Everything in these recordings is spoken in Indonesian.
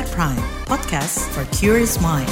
KBR Prime, podcast for curious mind.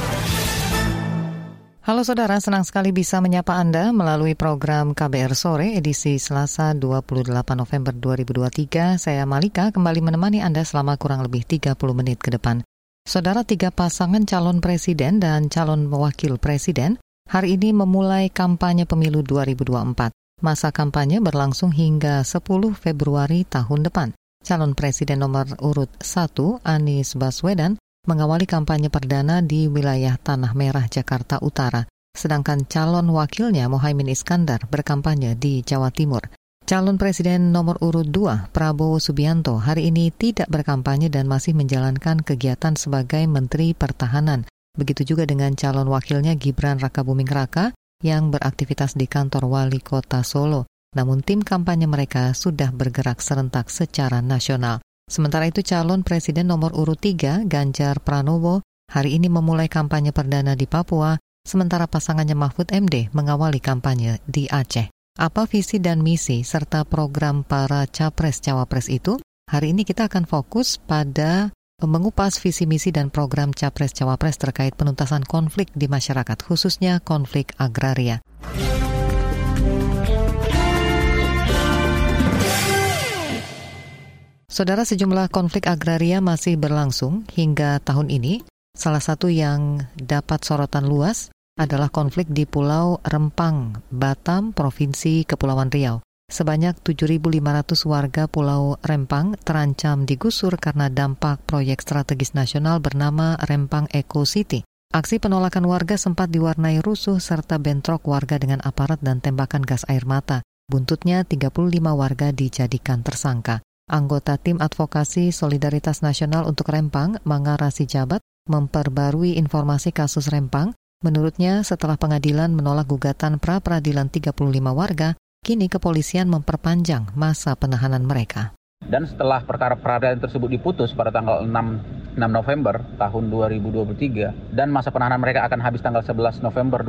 Halo saudara, senang sekali bisa menyapa Anda melalui program KBR Sore edisi Selasa 28 November 2023. Saya Malika kembali menemani Anda selama kurang lebih 30 menit ke depan. Saudara, 3 pasangan calon presiden dan calon wakil presiden hari ini memulai kampanye pemilu 2024. Masa kampanye berlangsung hingga 10 Februari tahun depan. Calon presiden nomor urut 1, Anies Baswedan, mengawali kampanye perdana di wilayah Tanah Merah, Jakarta Utara. Sedangkan calon wakilnya, Muhaimin Iskandar, berkampanye di Jawa Timur. Calon presiden nomor urut 2, Prabowo Subianto, hari ini tidak berkampanye dan masih menjalankan kegiatan sebagai Menteri Pertahanan. Begitu juga dengan calon wakilnya Gibran Rakabuming Raka yang beraktivitas di kantor Wali Kota Solo. Namun tim kampanye mereka sudah bergerak serentak secara nasional. Sementara itu calon presiden nomor urut 3, Ganjar Pranowo, hari ini memulai kampanye perdana di Papua, sementara pasangannya Mahfud MD mengawali kampanye di Aceh. Apa visi dan misi serta program para capres-cawapres itu? Hari ini kita akan fokus pada mengupas visi misi dan program capres-cawapres terkait penuntasan konflik di masyarakat, khususnya konflik agraria. Saudara, sejumlah konflik agraria masih berlangsung hingga tahun ini. Salah satu yang dapat sorotan luas adalah konflik di Pulau Rempang, Batam, Provinsi Kepulauan Riau. Sebanyak 7.500 warga Pulau Rempang terancam digusur karena dampak proyek strategis nasional bernama Rempang Eco City. Aksi penolakan warga sempat diwarnai rusuh serta bentrok warga dengan aparat dan tembakan gas air mata. Buntutnya 35 warga dijadikan tersangka. Anggota Tim Advokasi Solidaritas Nasional untuk Rempang, Mangara Sijabat, memperbarui informasi kasus Rempang. Menurutnya, setelah pengadilan menolak gugatan pra-peradilan 35 warga, kini kepolisian memperpanjang masa penahanan mereka. Dan setelah perkara peradilan tersebut diputus pada tanggal 6 November tahun 2023 dan masa penahanan mereka akan habis tanggal 11 November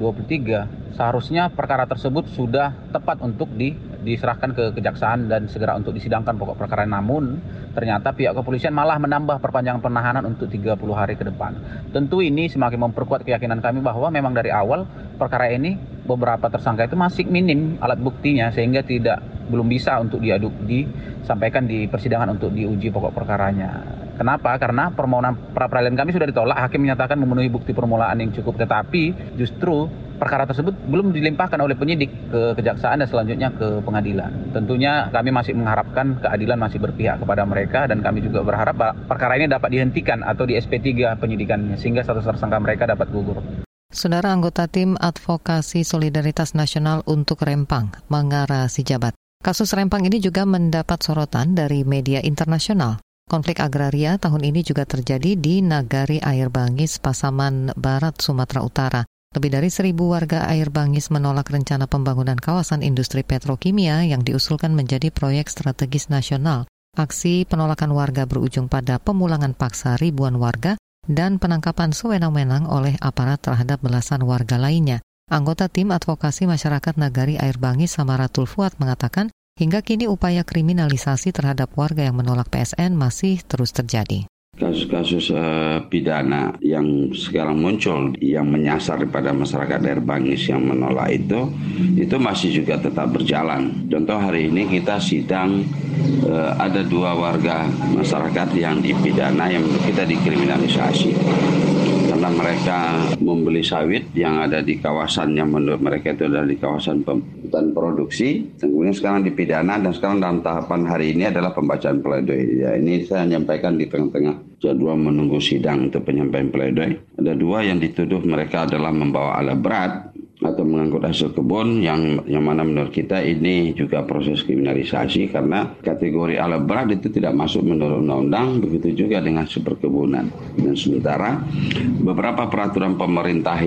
2023, seharusnya perkara tersebut sudah tepat untuk diserahkan ke kejaksaan dan segera untuk disidangkan pokok perkara. Namun ternyata pihak kepolisian malah menambah perpanjangan penahanan untuk 30 hari ke depan. Tentu ini semakin memperkuat keyakinan kami bahwa memang dari awal perkara ini beberapa tersangka itu masih minim alat buktinya sehingga belum bisa untuk disampaikan di persidangan untuk diuji pokok perkaranya. Kenapa? Karena permohonan pra-peradilan kami sudah ditolak, hakim menyatakan memenuhi bukti permulaan yang cukup, tetapi justru perkara tersebut belum dilimpahkan oleh penyidik ke kejaksaan dan selanjutnya ke pengadilan. Tentunya kami masih mengharapkan keadilan masih berpihak kepada mereka dan kami juga berharap perkara ini dapat dihentikan atau di SP3 penyidikannya sehingga status tersangka mereka dapat gugur. Saudara, anggota Tim Advokasi Solidaritas Nasional untuk Rempang, Mangara Sijabat. Kasus Rempang ini juga mendapat sorotan dari media internasional. Konflik agraria tahun ini juga terjadi di Nagari Air Bangis, Pasaman Barat, Sumatera Utara. Lebih dari 1.000 warga Air Bangis menolak rencana pembangunan kawasan industri petrokimia yang diusulkan menjadi proyek strategis nasional. Aksi penolakan warga berujung pada pemulangan paksa ribuan warga dan penangkapan sewenang-wenang oleh aparat terhadap belasan warga lainnya. Anggota Tim Advokasi Masyarakat Nagari Air Bangis, Samaratul Fuad, mengatakan hingga kini upaya kriminalisasi terhadap warga yang menolak PSN masih terus terjadi. Kasus-kasus pidana yang sekarang muncul yang menyasar pada masyarakat Air Bangis yang menolak itu masih juga tetap berjalan. Contoh hari ini kita sidang ada 2 warga masyarakat yang dipidana yang menurut kita dikriminalisasi. Karena mereka membeli sawit yang ada di kawasan yang menurut mereka itu adalah di kawasan hutan produksi. Kemudian sekarang dipidana dan sekarang dalam tahapan hari ini adalah pembacaan pledoi. Ya, ini saya menyampaikan di tengah-tengah jadwal menunggu sidang untuk penyampaian pledoi. Ada 2 yang dituduh mereka adalah membawa alat berat atau mengangkut hasil kebun yang mana menurut kita ini juga proses kriminalisasi karena kategori alat berat itu tidak masuk menurut undang-undang, begitu juga dengan perkebunan. Dan sementara beberapa peraturan pemerintah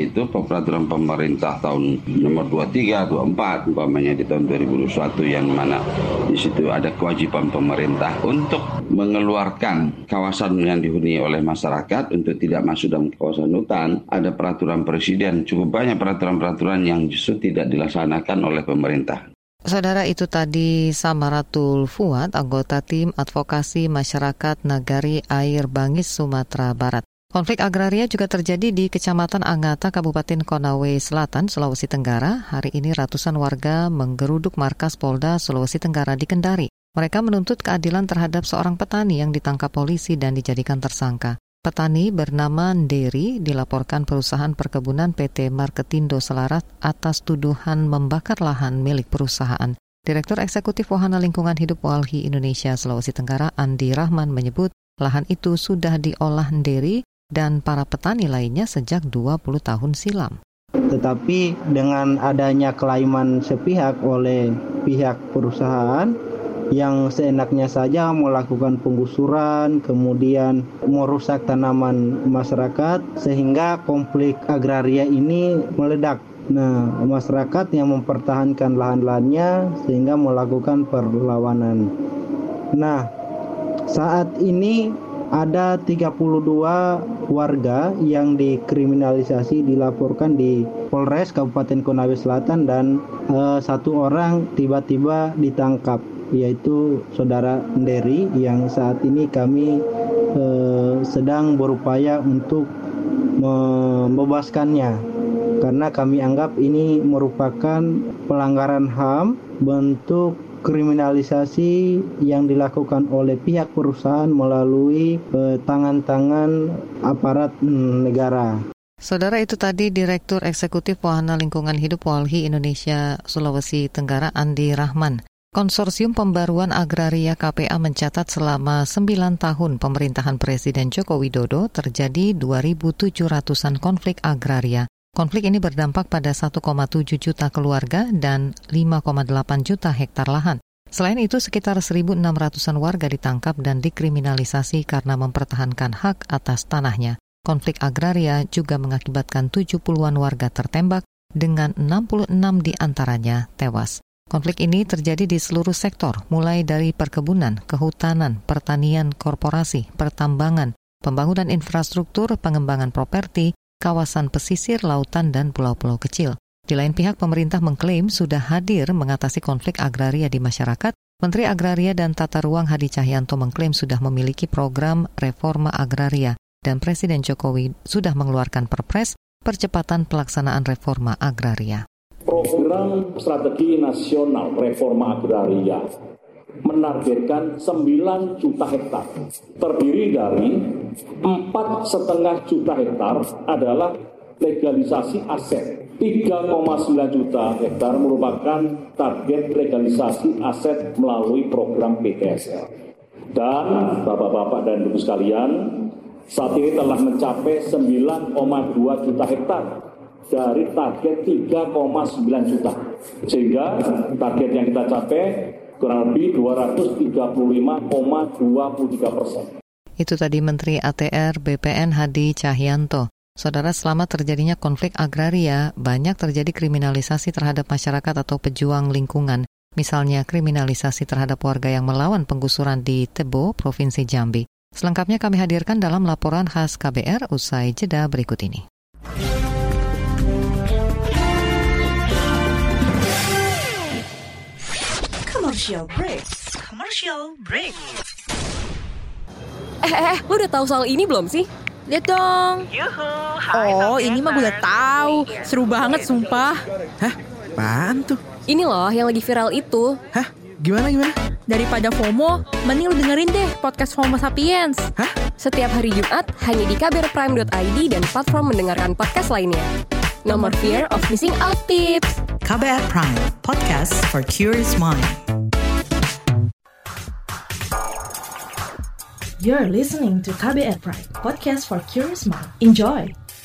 tahun nomor 23, 24 umpamanya di tahun 2021 yang mana di situ ada kewajiban pemerintah untuk mengeluarkan kawasan yang dihuni oleh masyarakat untuk tidak masuk dalam kawasan hutan. Ada peraturan presiden, cukup banyak peraturan yang justru tidak dilaksanakan oleh pemerintah. Saudara, itu tadi Samaratul Fuad, anggota tim advokasi masyarakat Nagari Air Bangis, Sumatera Barat. Konflik agraria juga terjadi di Kecamatan Angata, Kabupaten Konawe Selatan, Sulawesi Tenggara. Hari ini ratusan warga menggeruduk markas Polda Sulawesi Tenggara di Kendari. Mereka menuntut keadilan terhadap seorang petani yang ditangkap polisi dan dijadikan tersangka. Petani bernama Nderi dilaporkan perusahaan perkebunan PT Marketindo Selarat atas tuduhan membakar lahan milik perusahaan. Direktur Eksekutif Wahana Lingkungan Hidup Walhi Indonesia Sulawesi Tenggara, Andi Rahman, menyebut lahan itu sudah diolah Nderi dan para petani lainnya sejak 20 tahun silam. Tetapi dengan adanya kelaiman sepihak oleh pihak perusahaan yang seenaknya saja melakukan penggusuran, kemudian merusak tanaman masyarakat, sehingga konflik agraria ini meledak. Nah, masyarakat yang mempertahankan lahan-lahannya sehingga melakukan perlawanan. Nah, saat ini ada 32 warga yang dikriminalisasi dilaporkan di Polres Kabupaten Konawe Selatan dan satu orang tiba-tiba ditangkap, yaitu saudara Nderi yang saat ini kami sedang berupaya untuk membebaskannya karena kami anggap ini merupakan pelanggaran HAM, bentuk kriminalisasi yang dilakukan oleh pihak perusahaan melalui tangan-tangan aparat negara. Saudara, itu tadi Direktur Eksekutif Wahana Lingkungan Hidup Walhi Indonesia Sulawesi Tenggara, Andi Rahman. Konsorsium Pembaruan Agraria KPA mencatat selama 9 tahun pemerintahan Presiden Joko Widodo terjadi 2.700-an konflik agraria. Konflik ini berdampak pada 1,7 juta keluarga dan 5,8 juta hektar lahan. Selain itu, sekitar 1.600-an warga ditangkap dan dikriminalisasi karena mempertahankan hak atas tanahnya. Konflik agraria juga mengakibatkan 70-an warga tertembak dengan 66 diantaranya tewas. Konflik ini terjadi di seluruh sektor, mulai dari perkebunan, kehutanan, pertanian, korporasi, pertambangan, pembangunan infrastruktur, pengembangan properti, kawasan pesisir, lautan, dan pulau-pulau kecil. Di lain pihak, pemerintah mengklaim sudah hadir mengatasi konflik agraria di masyarakat. Menteri Agraria dan Tata Ruang Hadi Cahyanto mengklaim sudah memiliki program reforma agraria, dan Presiden Jokowi sudah mengeluarkan Perpres percepatan pelaksanaan reforma agraria. Program Strategi Nasional Reforma Agraria menargetkan 9 juta hektar, terdiri dari 4,5 juta hektar adalah legalisasi aset. 3,9 juta hektar merupakan target legalisasi aset melalui program PTSL. Dan Bapak-Bapak dan Ibu sekalian, saat ini telah mencapai 9,2 juta hektar dari target 3,9 juta. Sehingga target yang kita capai kurang lebih 235,23%. Itu tadi Menteri ATR BPN Hadi Cahyanto. Saudara, selama terjadinya konflik agraria, banyak terjadi kriminalisasi terhadap masyarakat atau pejuang lingkungan. Misalnya kriminalisasi terhadap warga yang melawan penggusuran di Tebo, Provinsi Jambi. Selengkapnya kami hadirkan dalam laporan khas KBR usai jeda berikut ini. Commercial break. Commercial break. Lu udah tahu soal ini belum sih? Lihat dong. Ini mah gue udah tahu. Seru banget sumpah. Hah? Apaan tuh? Ini loh yang lagi viral itu. Hah? Gimana? Daripada FOMO, mending lu dengerin deh podcast Homo Sapiens. Hah? Setiap hari Jumat hanya di kbrprime.id dan platform mendengarkan podcast lainnya. No more fear of missing out tips. KBR Prime, podcast for curious mind. You're listening to KBR Prime, podcast for curious mind. Enjoy!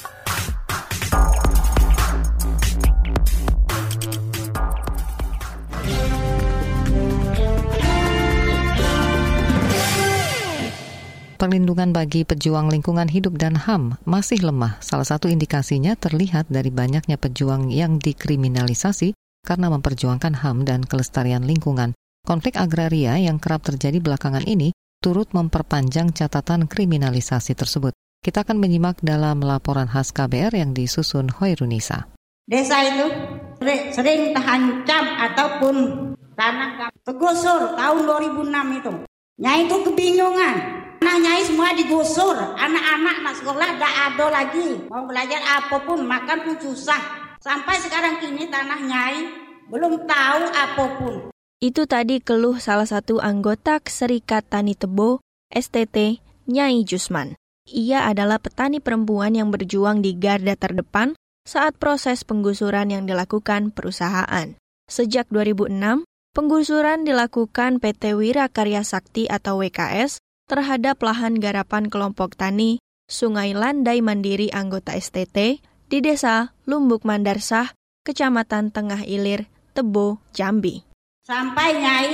Perlindungan bagi pejuang lingkungan hidup dan HAM masih lemah. Salah satu indikasinya terlihat dari banyaknya pejuang yang dikriminalisasi karena memperjuangkan HAM dan kelestarian lingkungan. Konflik agraria yang kerap terjadi belakangan ini turut memperpanjang catatan kriminalisasi tersebut. Kita akan menyimak dalam laporan khas KBR yang disusun Hoirunisa. Desa itu sering terancam ataupun tanah tergusur tahun 2006 itu. Nyai itu kebingungan. Anak Nyai semua digusur, anak-anak sekolah tidak ada lagi. Mau belajar apapun, makan pun susah. Sampai sekarang kini tanah Nyai belum tahu apapun. Itu tadi keluh salah satu anggota Serikat Tani Tebo, STT, Nyai Jusman. Ia adalah petani perempuan yang berjuang di garda terdepan saat proses penggusuran yang dilakukan perusahaan. Sejak 2006, penggusuran dilakukan PT Wirakarya Sakti atau WKS terhadap lahan garapan kelompok tani Sungai Landai Mandiri anggota STT di Desa Lumbuk Mandarsah, Kecamatan Tengah Ilir, Tebo, Jambi. Sampai Nyai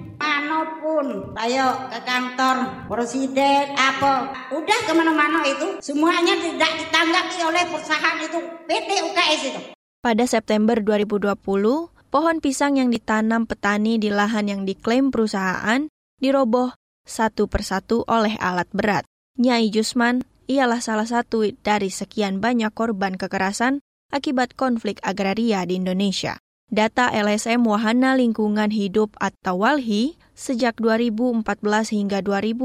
manapun, ayo ke kantor presiden apa, udah kemana-mana itu semuanya tidak ditanggapi oleh perusahaan itu PT UKS itu. Pada September 2020, pohon pisang yang ditanam petani di lahan yang diklaim perusahaan diroboh satu persatu oleh alat berat. Nyai Jusman ialah salah satu dari sekian banyak korban kekerasan akibat konflik agraria di Indonesia. Data LSM Wahana Lingkungan Hidup atau WALHI sejak 2014 hingga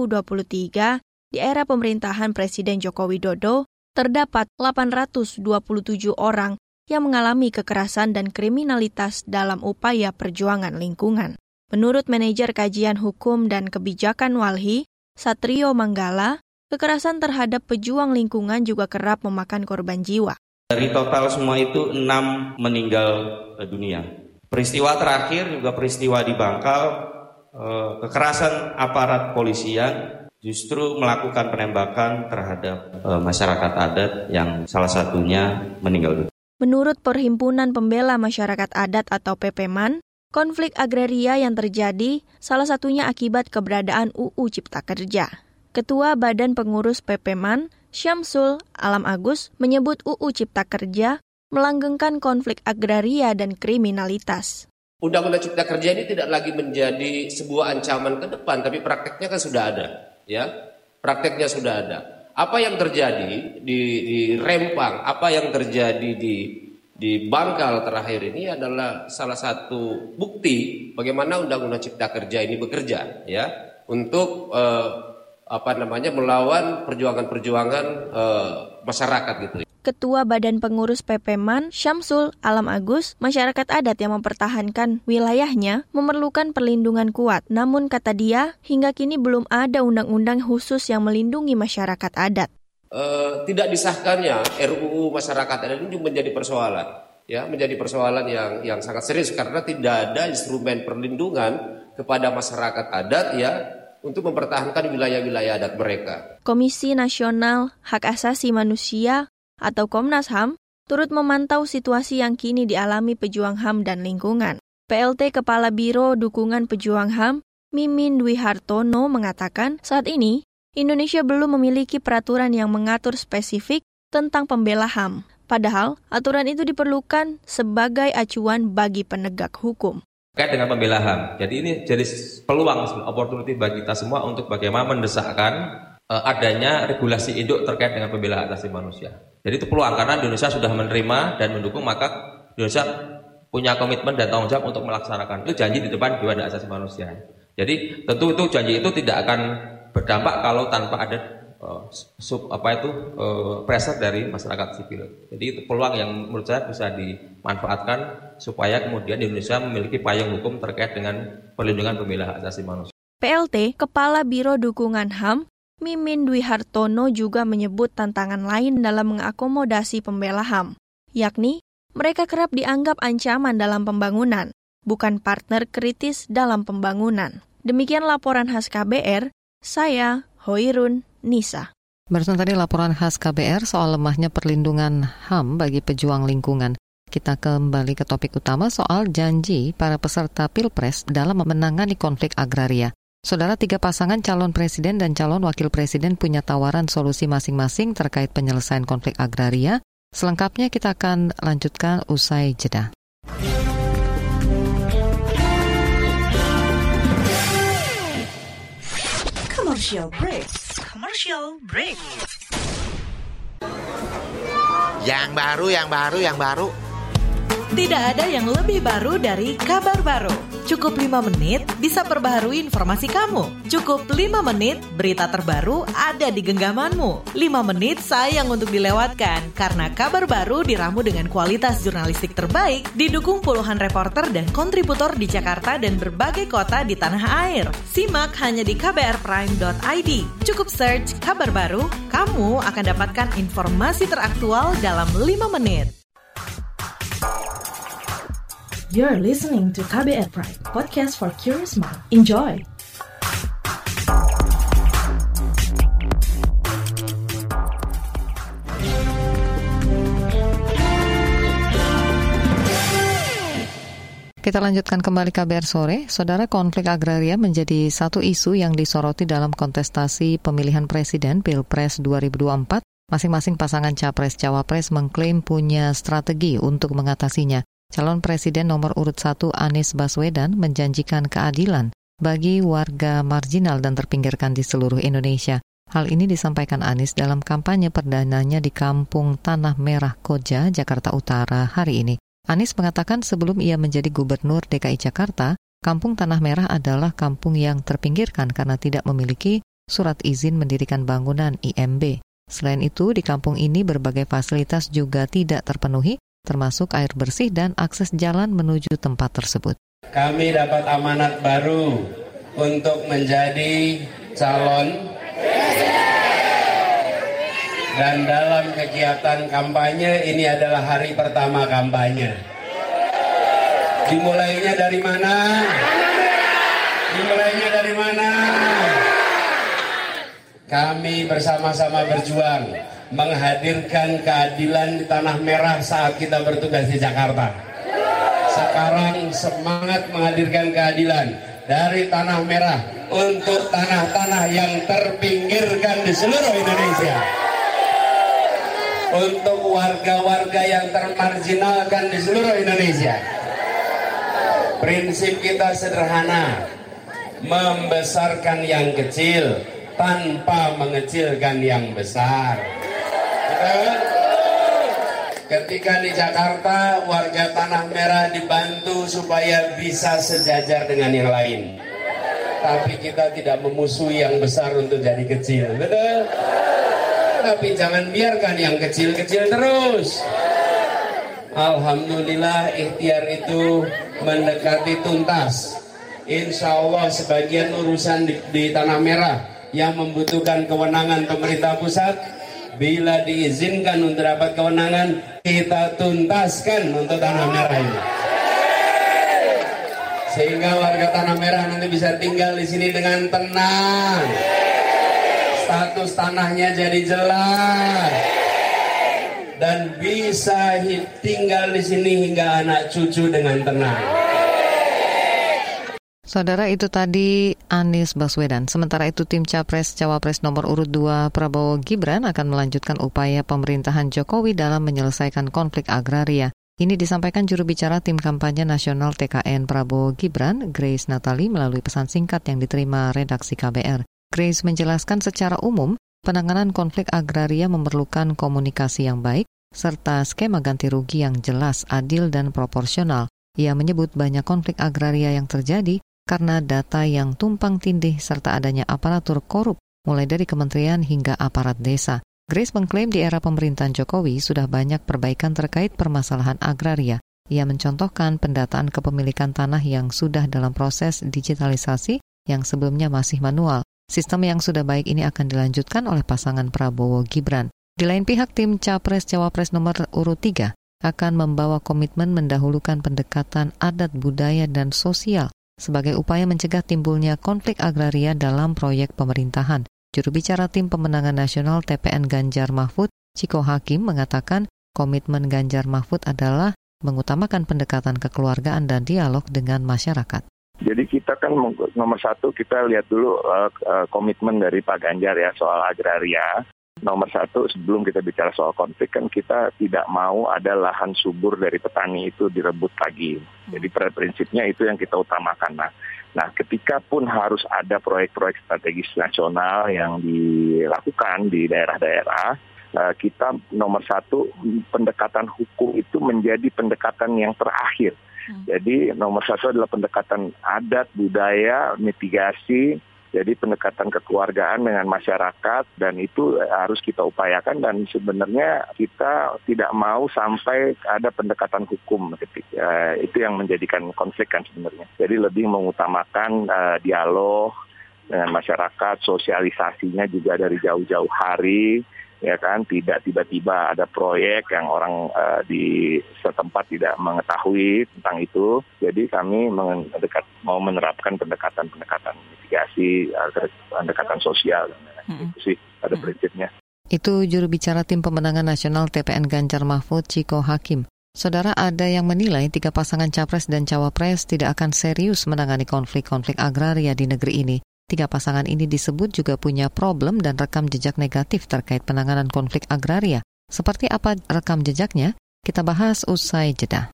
2023 di era pemerintahan Presiden Joko Widodo terdapat 827 orang yang mengalami kekerasan dan kriminalitas dalam upaya perjuangan lingkungan. Menurut Manajer Kajian Hukum dan Kebijakan WALHI, Satrio Manggala, kekerasan terhadap pejuang lingkungan juga kerap memakan korban jiwa. Dari total semua itu 6 meninggal dunia. Peristiwa terakhir juga peristiwa di Bangkal, kekerasan aparat polisian justru melakukan penembakan terhadap masyarakat adat yang salah satunya meninggal dunia. Menurut Perhimpunan Pembela Masyarakat Adat atau PPMAN, konflik agraria yang terjadi salah satunya akibat keberadaan UU Cipta Kerja. Ketua Badan Pengurus PPMAN, Syamsul Alam Agus, menyebut UU Cipta Kerja melanggengkan konflik agraria dan kriminalitas. Undang-Undang Cipta Kerja ini tidak lagi menjadi sebuah ancaman ke depan, tapi prakteknya kan sudah ada, ya. Prakteknya sudah ada. Apa yang terjadi di Rempang, apa yang terjadi di Bangkal terakhir ini adalah salah satu bukti bagaimana Undang-Undang Cipta Kerja ini bekerja, ya, untuk melawan perjuangan-perjuangan masyarakat gitu. Ketua Badan Pengurus PPMAN, Syamsul Alam Agus, masyarakat adat yang mempertahankan wilayahnya memerlukan perlindungan kuat. Namun kata dia, hingga kini belum ada undang-undang khusus yang melindungi masyarakat adat. Tidak disahkannya RUU masyarakat adat ini menjadi persoalan, ya, menjadi persoalan yang sangat serius karena tidak ada instrumen perlindungan kepada masyarakat adat, ya, untuk mempertahankan wilayah-wilayah adat mereka. Komisi Nasional Hak Asasi Manusia atau Komnas HAM turut memantau situasi yang kini dialami pejuang HAM dan lingkungan. PLT Kepala Biro Dukungan Pejuang HAM, Mimin Dwi Hartono mengatakan saat ini Indonesia belum memiliki peraturan yang mengatur spesifik tentang pembela HAM. Padahal aturan itu diperlukan sebagai acuan bagi penegak hukum. Terkait dengan pembela HAM, jadi ini jadi peluang, opportunity bagi kita semua untuk bagaimana mendesakkan adanya regulasi induk terkait dengan pembela hak asasi manusia. Jadi itu peluang karena Indonesia sudah menerima dan mendukung, maka Indonesia punya komitmen dan tanggung jawab untuk melaksanakan. Itu janji di depan Dewan Hak Asasi Manusia. Jadi tentu itu janji itu tidak akan berdampak kalau tanpa ada pressure dari masyarakat sipil. Jadi itu peluang yang menurut saya bisa dimanfaatkan supaya kemudian Indonesia memiliki payung hukum terkait dengan perlindungan pembela hak asasi manusia. PLT Kepala Biro Dukungan HAM Mimin Dwi Hartono juga menyebut tantangan lain dalam mengakomodasi pembela HAM, yakni mereka kerap dianggap ancaman dalam pembangunan, bukan partner kritis dalam pembangunan. Demikian laporan khas KBR, saya Hoirun Nisa. Barusan tadi laporan khas KBR soal lemahnya perlindungan HAM bagi pejuang lingkungan. Kita kembali ke topik utama soal janji para peserta Pilpres dalam menangani konflik agraria. Saudara, 3 pasangan calon presiden dan calon wakil presiden punya tawaran solusi masing-masing terkait penyelesaian konflik agraria. Selengkapnya kita akan lanjutkan usai jeda. Commercial break. Commercial break. Yang baru. Tidak ada yang lebih baru dari Kabar Baru. Cukup 5 menit bisa perbaharui informasi kamu. Cukup 5 menit berita terbaru ada di genggamanmu. 5 menit sayang untuk dilewatkan karena Kabar Baru diramu dengan kualitas jurnalistik terbaik, didukung puluhan reporter dan kontributor di Jakarta dan berbagai kota di tanah air. Simak hanya di kbrprime.id. Cukup search Kabar Baru, kamu akan dapatkan informasi teraktual dalam 5 menit. You're listening to KBR Prime, podcast for curious mind. Enjoy! Kita lanjutkan kembali KBR Sore. Saudara, konflik agraria menjadi satu isu yang disoroti dalam kontestasi pemilihan presiden Pilpres 2024. Masing-masing pasangan Capres-Cawapres mengklaim punya strategi untuk mengatasinya. Calon Presiden nomor urut 1 Anies Baswedan menjanjikan keadilan bagi warga marginal dan terpinggirkan di seluruh Indonesia. Hal ini disampaikan Anies dalam kampanye perdananya di Kampung Tanah Merah Koja, Jakarta Utara hari ini. Anies mengatakan sebelum ia menjadi Gubernur DKI Jakarta, Kampung Tanah Merah adalah kampung yang terpinggirkan karena tidak memiliki surat izin mendirikan bangunan IMB. Selain itu, di kampung ini berbagai fasilitas juga tidak terpenuhi, termasuk air bersih dan akses jalan menuju tempat tersebut. Kami dapat amanat baru untuk menjadi calon dan dalam kegiatan kampanye ini adalah hari pertama kampanye. Dimulainya dari mana? Dimulainya dari mana? Kami bersama-sama berjuang menghadirkan keadilan di Tanah Merah saat kita bertugas di Jakarta. Sekarang semangat menghadirkan keadilan dari Tanah Merah untuk tanah-tanah yang terpinggirkan di seluruh Indonesia. Untuk warga-warga yang termarginalkan di seluruh Indonesia. Prinsip kita sederhana, membesarkan yang kecil tanpa mengecilkan yang besar. Ketika di Jakarta, warga Tanah Merah dibantu supaya bisa sejajar dengan yang lain. Tapi kita tidak memusuhi yang besar untuk jadi kecil, betul? Tapi jangan biarkan yang kecil-kecil terus. Alhamdulillah ikhtiar itu mendekati tuntas. Insya Allah sebagian urusan di Tanah Merah yang membutuhkan kewenangan pemerintah pusat, bila diizinkan untuk dapat kewenangan, kita tuntaskan untuk Tanah Merah ini. Sehingga warga Tanah Merah nanti bisa tinggal di sini dengan tenang. Status tanahnya jadi jelas. Dan bisa tinggal di sini hingga anak cucu dengan tenang. Saudara, itu tadi Anies Baswedan. Sementara itu tim Capres-Cawapres nomor urut 2 Prabowo Gibran akan melanjutkan upaya pemerintahan Jokowi dalam menyelesaikan konflik agraria. Ini disampaikan juru bicara tim kampanye nasional TKN Prabowo Gibran, Grace Natali, melalui pesan singkat yang diterima redaksi KBR. Grace menjelaskan secara umum, penanganan konflik agraria memerlukan komunikasi yang baik, serta skema ganti rugi yang jelas, adil, dan proporsional. Ia menyebut banyak konflik agraria yang terjadi karena data yang tumpang tindih serta adanya aparatur korup, mulai dari kementerian hingga aparat desa. Grace mengklaim di era pemerintahan Jokowi sudah banyak perbaikan terkait permasalahan agraria. Ia mencontohkan pendataan kepemilikan tanah yang sudah dalam proses digitalisasi yang sebelumnya masih manual. Sistem yang sudah baik ini akan dilanjutkan oleh pasangan Prabowo Gibran. Di lain pihak, tim Capres-Cawapres nomor urut 3 akan membawa komitmen mendahulukan pendekatan adat, budaya, dan sosial sebagai upaya mencegah timbulnya konflik agraria dalam proyek pemerintahan. Juru bicara tim pemenangan nasional TPN Ganjar Mahfud, Ciko Hakim, mengatakan komitmen Ganjar Mahfud adalah mengutamakan pendekatan kekeluargaan dan dialog dengan masyarakat. Jadi kita kan nomor satu kita lihat dulu komitmen dari Pak Ganjar ya soal agraria. Nomor satu, sebelum kita bicara soal konflik kan kita tidak mau ada lahan subur dari petani itu direbut lagi. Jadi prinsipnya itu yang kita utamakan. Nah, ketika pun harus ada proyek-proyek strategis nasional yang dilakukan di daerah-daerah, kita nomor satu, pendekatan hukum itu menjadi pendekatan yang terakhir. Jadi nomor satu adalah pendekatan adat, budaya, mitigasi. Jadi pendekatan kekeluargaan dengan masyarakat, dan itu harus kita upayakan, dan sebenarnya kita tidak mau sampai ada pendekatan hukum. Itu yang menjadikan konflik kan sebenarnya. Jadi lebih mengutamakan dialog dengan masyarakat, sosialisasinya juga dari jauh-jauh hari, ya kan, tidak tiba-tiba ada proyek yang orang di setempat tidak mengetahui tentang itu. Jadi kami mau menerapkan pendekatan mitigasi, pendekatan sosial. Itu sih pada prinsipnya. Itu juru bicara Tim Pemenangan Nasional TPN Ganjar Mahfud, Ciko Hakim. Saudara, ada yang menilai 3 pasangan capres dan cawapres tidak akan serius menangani konflik-konflik agraria di negeri ini. 3 pasangan ini disebut juga punya problem dan rekam jejak negatif terkait penanganan konflik agraria. Seperti apa rekam jejaknya? Kita bahas usai jeda.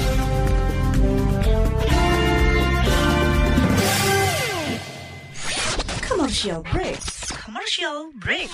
Commercial break.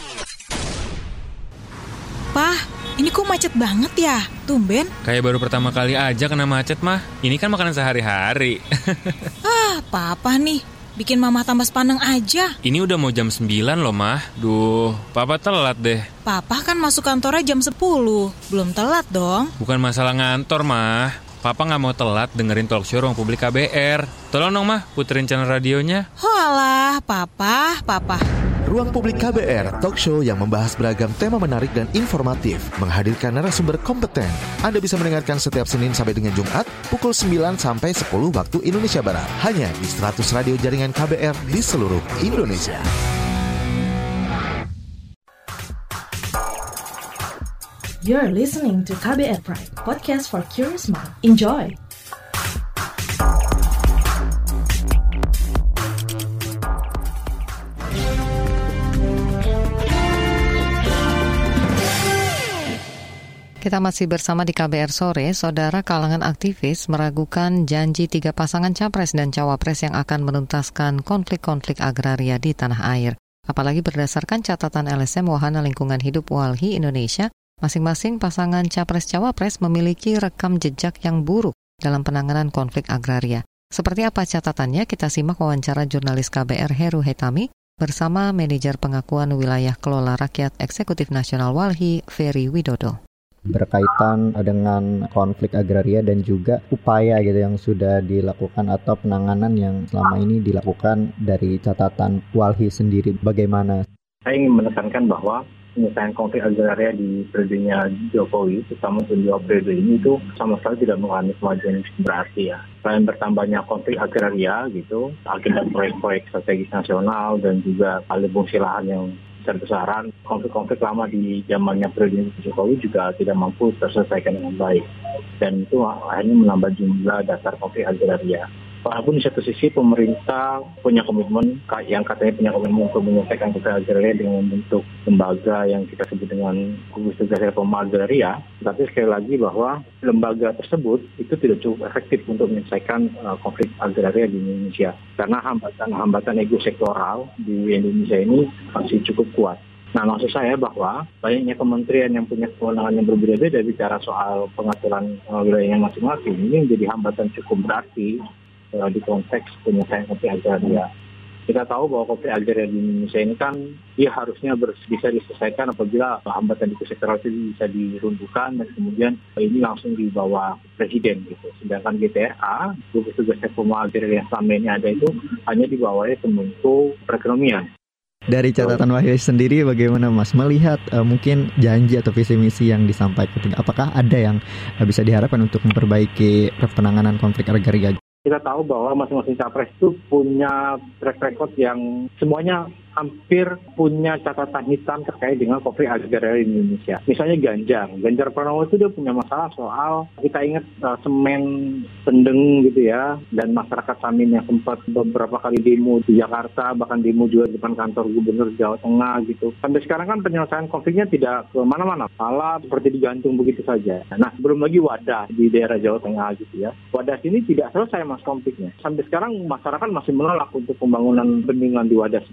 Pah, ini kok macet banget ya? Tumben. Kayak baru pertama kali aja kena macet mah. Ini kan makanan sehari-hari. Papa nih. Bikin mama tambah sepaneng aja. Ini udah mau jam 9 loh, Mah. Duh, Papa telat deh. Papa kan masuk kantornya jam 10. Belum telat dong. Bukan masalah ngantor, Mah. Papa gak mau telat dengerin talk show Ruang Publik KBR. Tolong dong, Mah, puterin channel radionya. Halah, Papa. Ruang Publik KBR, talk show yang membahas beragam tema menarik dan informatif, menghadirkan narasumber kompeten. Anda bisa mendengarkan setiap Senin sampai dengan Jumat, pukul 9 sampai 10 waktu Indonesia Barat. Hanya di 100 radio jaringan KBR di seluruh Indonesia. You're listening to KBR Prime, podcast for curious mind. Enjoy! Kita masih bersama di KBR Sore. Saudara, kalangan aktivis meragukan janji 3 pasangan capres dan cawapres yang akan menuntaskan konflik-konflik agraria di tanah air. Apalagi berdasarkan catatan LSM Wahana Lingkungan Hidup Walhi Indonesia, masing-masing pasangan capres-cawapres memiliki rekam jejak yang buruk dalam penanganan konflik agraria. Seperti apa catatannya? Kita simak wawancara jurnalis KBR Heru Hetami bersama manajer pengakuan wilayah kelola rakyat Eksekutif Nasional Walhi, Ferry Widodo. Berkaitan dengan konflik agraria dan juga upaya gitu yang sudah dilakukan atau penanganan yang selama ini dilakukan dari catatan Walhi sendiri, bagaimana? Saya ingin menekankan bahwa penyelesaian konflik agraria di periodenya Jokowi, terutama kedua periode ini itu sama sekali tidak mengalami kemajuan berarti ya. Selain bertambahnya konflik agraria gitu, akibat proyek-proyek strategis nasional dan juga alih fungsi lahan yang besar-besaran, konflik-konflik lama di zamannya periode Jokowi juga tidak mampu terselesaikan dengan baik. Dan itu akhirnya menambah jumlah dasar konflik agraria. Walaupun di satu sisi pemerintah punya komitmen, yang katanya punya komitmen untuk menyelesaikan konflik agraria dengan bentuk lembaga yang kita sebut dengan gugus tugas reforma agraria, tapi sekali lagi bahwa lembaga tersebut itu tidak cukup efektif untuk menyelesaikan konflik agraria di Indonesia. Karena hambatan ego sektoral di Indonesia ini masih cukup kuat. Nah, maksud saya bahwa banyaknya kementerian yang punya kewenangan yang berbeda-beda bicara soal pengaturan wilayahnya masing-masing ini menjadi hambatan cukup berarti di konteks penyelesaian konflik agraria. Kita tahu bahwa konflik agraria di Indonesia ini kan dia harusnya bisa diselesaikan apabila hambatan di sektoral itu bisa diruntuhkan dan kemudian ini langsung dibawa presiden gitu. Sedangkan GTRA, gugus tugas reforma agraria yang selama ini ada itu hanya dibawanya Kemenko Perekonomian. Dari catatan Walhi sendiri bagaimana Mas melihat mungkin janji atau visi misi yang disampaikan? Apakah ada yang bisa diharapkan untuk memperbaiki penanganan konflik agraria? Kita tahu bahwa masing-masing capres itu punya track record yang semuanya hampir punya catatan hitam terkait dengan konflik agraria di Indonesia. Misalnya Ganjar Pranowo itu dia punya masalah soal, kita ingat semen Pendeng gitu ya, dan masyarakat Samin yang sempat beberapa kali demo di Jakarta, bahkan demo juga di depan kantor Gubernur Jawa Tengah gitu. Sampai sekarang kan penyelesaian konfliknya tidak kemana-mana, malah seperti digantung begitu saja. Nah, belum lagi Wadah di daerah Jawa Tengah gitu ya. Wadah sini tidak selesai mas konfliknya. Sampai sekarang masyarakat masih menolak untuk pembangunan bendungan di Wadah. Melihat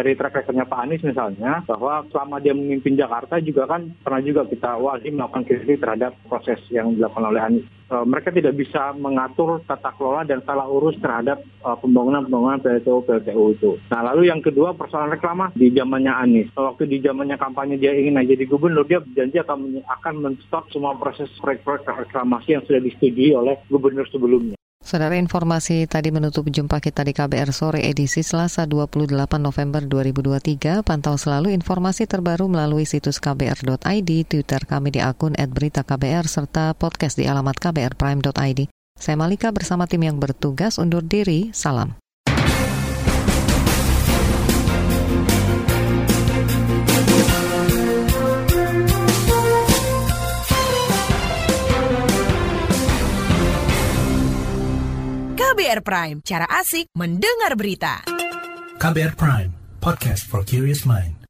dari track record-nya Pak Anies misalnya, bahwa selama dia memimpin Jakarta juga kan pernah juga kita melakukan kritik terhadap proses yang dilakukan oleh Anies. Mereka tidak bisa mengatur tata kelola dan tata urus terhadap pembangunan PLTU itu. Nah, lalu yang kedua persoalan reklamasi di zamannya Anies. Waktu di zamannya kampanye dia ingin jadi gubernur, dia berjanji akan men-stop semua proses proyek-proyek reklamasi yang sudah disetujui oleh gubernur sebelumnya. Saudara, informasi tadi menutup jumpa kita di KBR Sore edisi Selasa 28 November 2023. Pantau selalu informasi terbaru melalui situs kbr.id, Twitter kami di akun @beritaKBR, serta podcast di alamat kbrprime.id. Saya Malika bersama tim yang bertugas undur diri. Salam. KBR Prime, cara asik mendengar berita. KBR Prime, podcast for curious mind.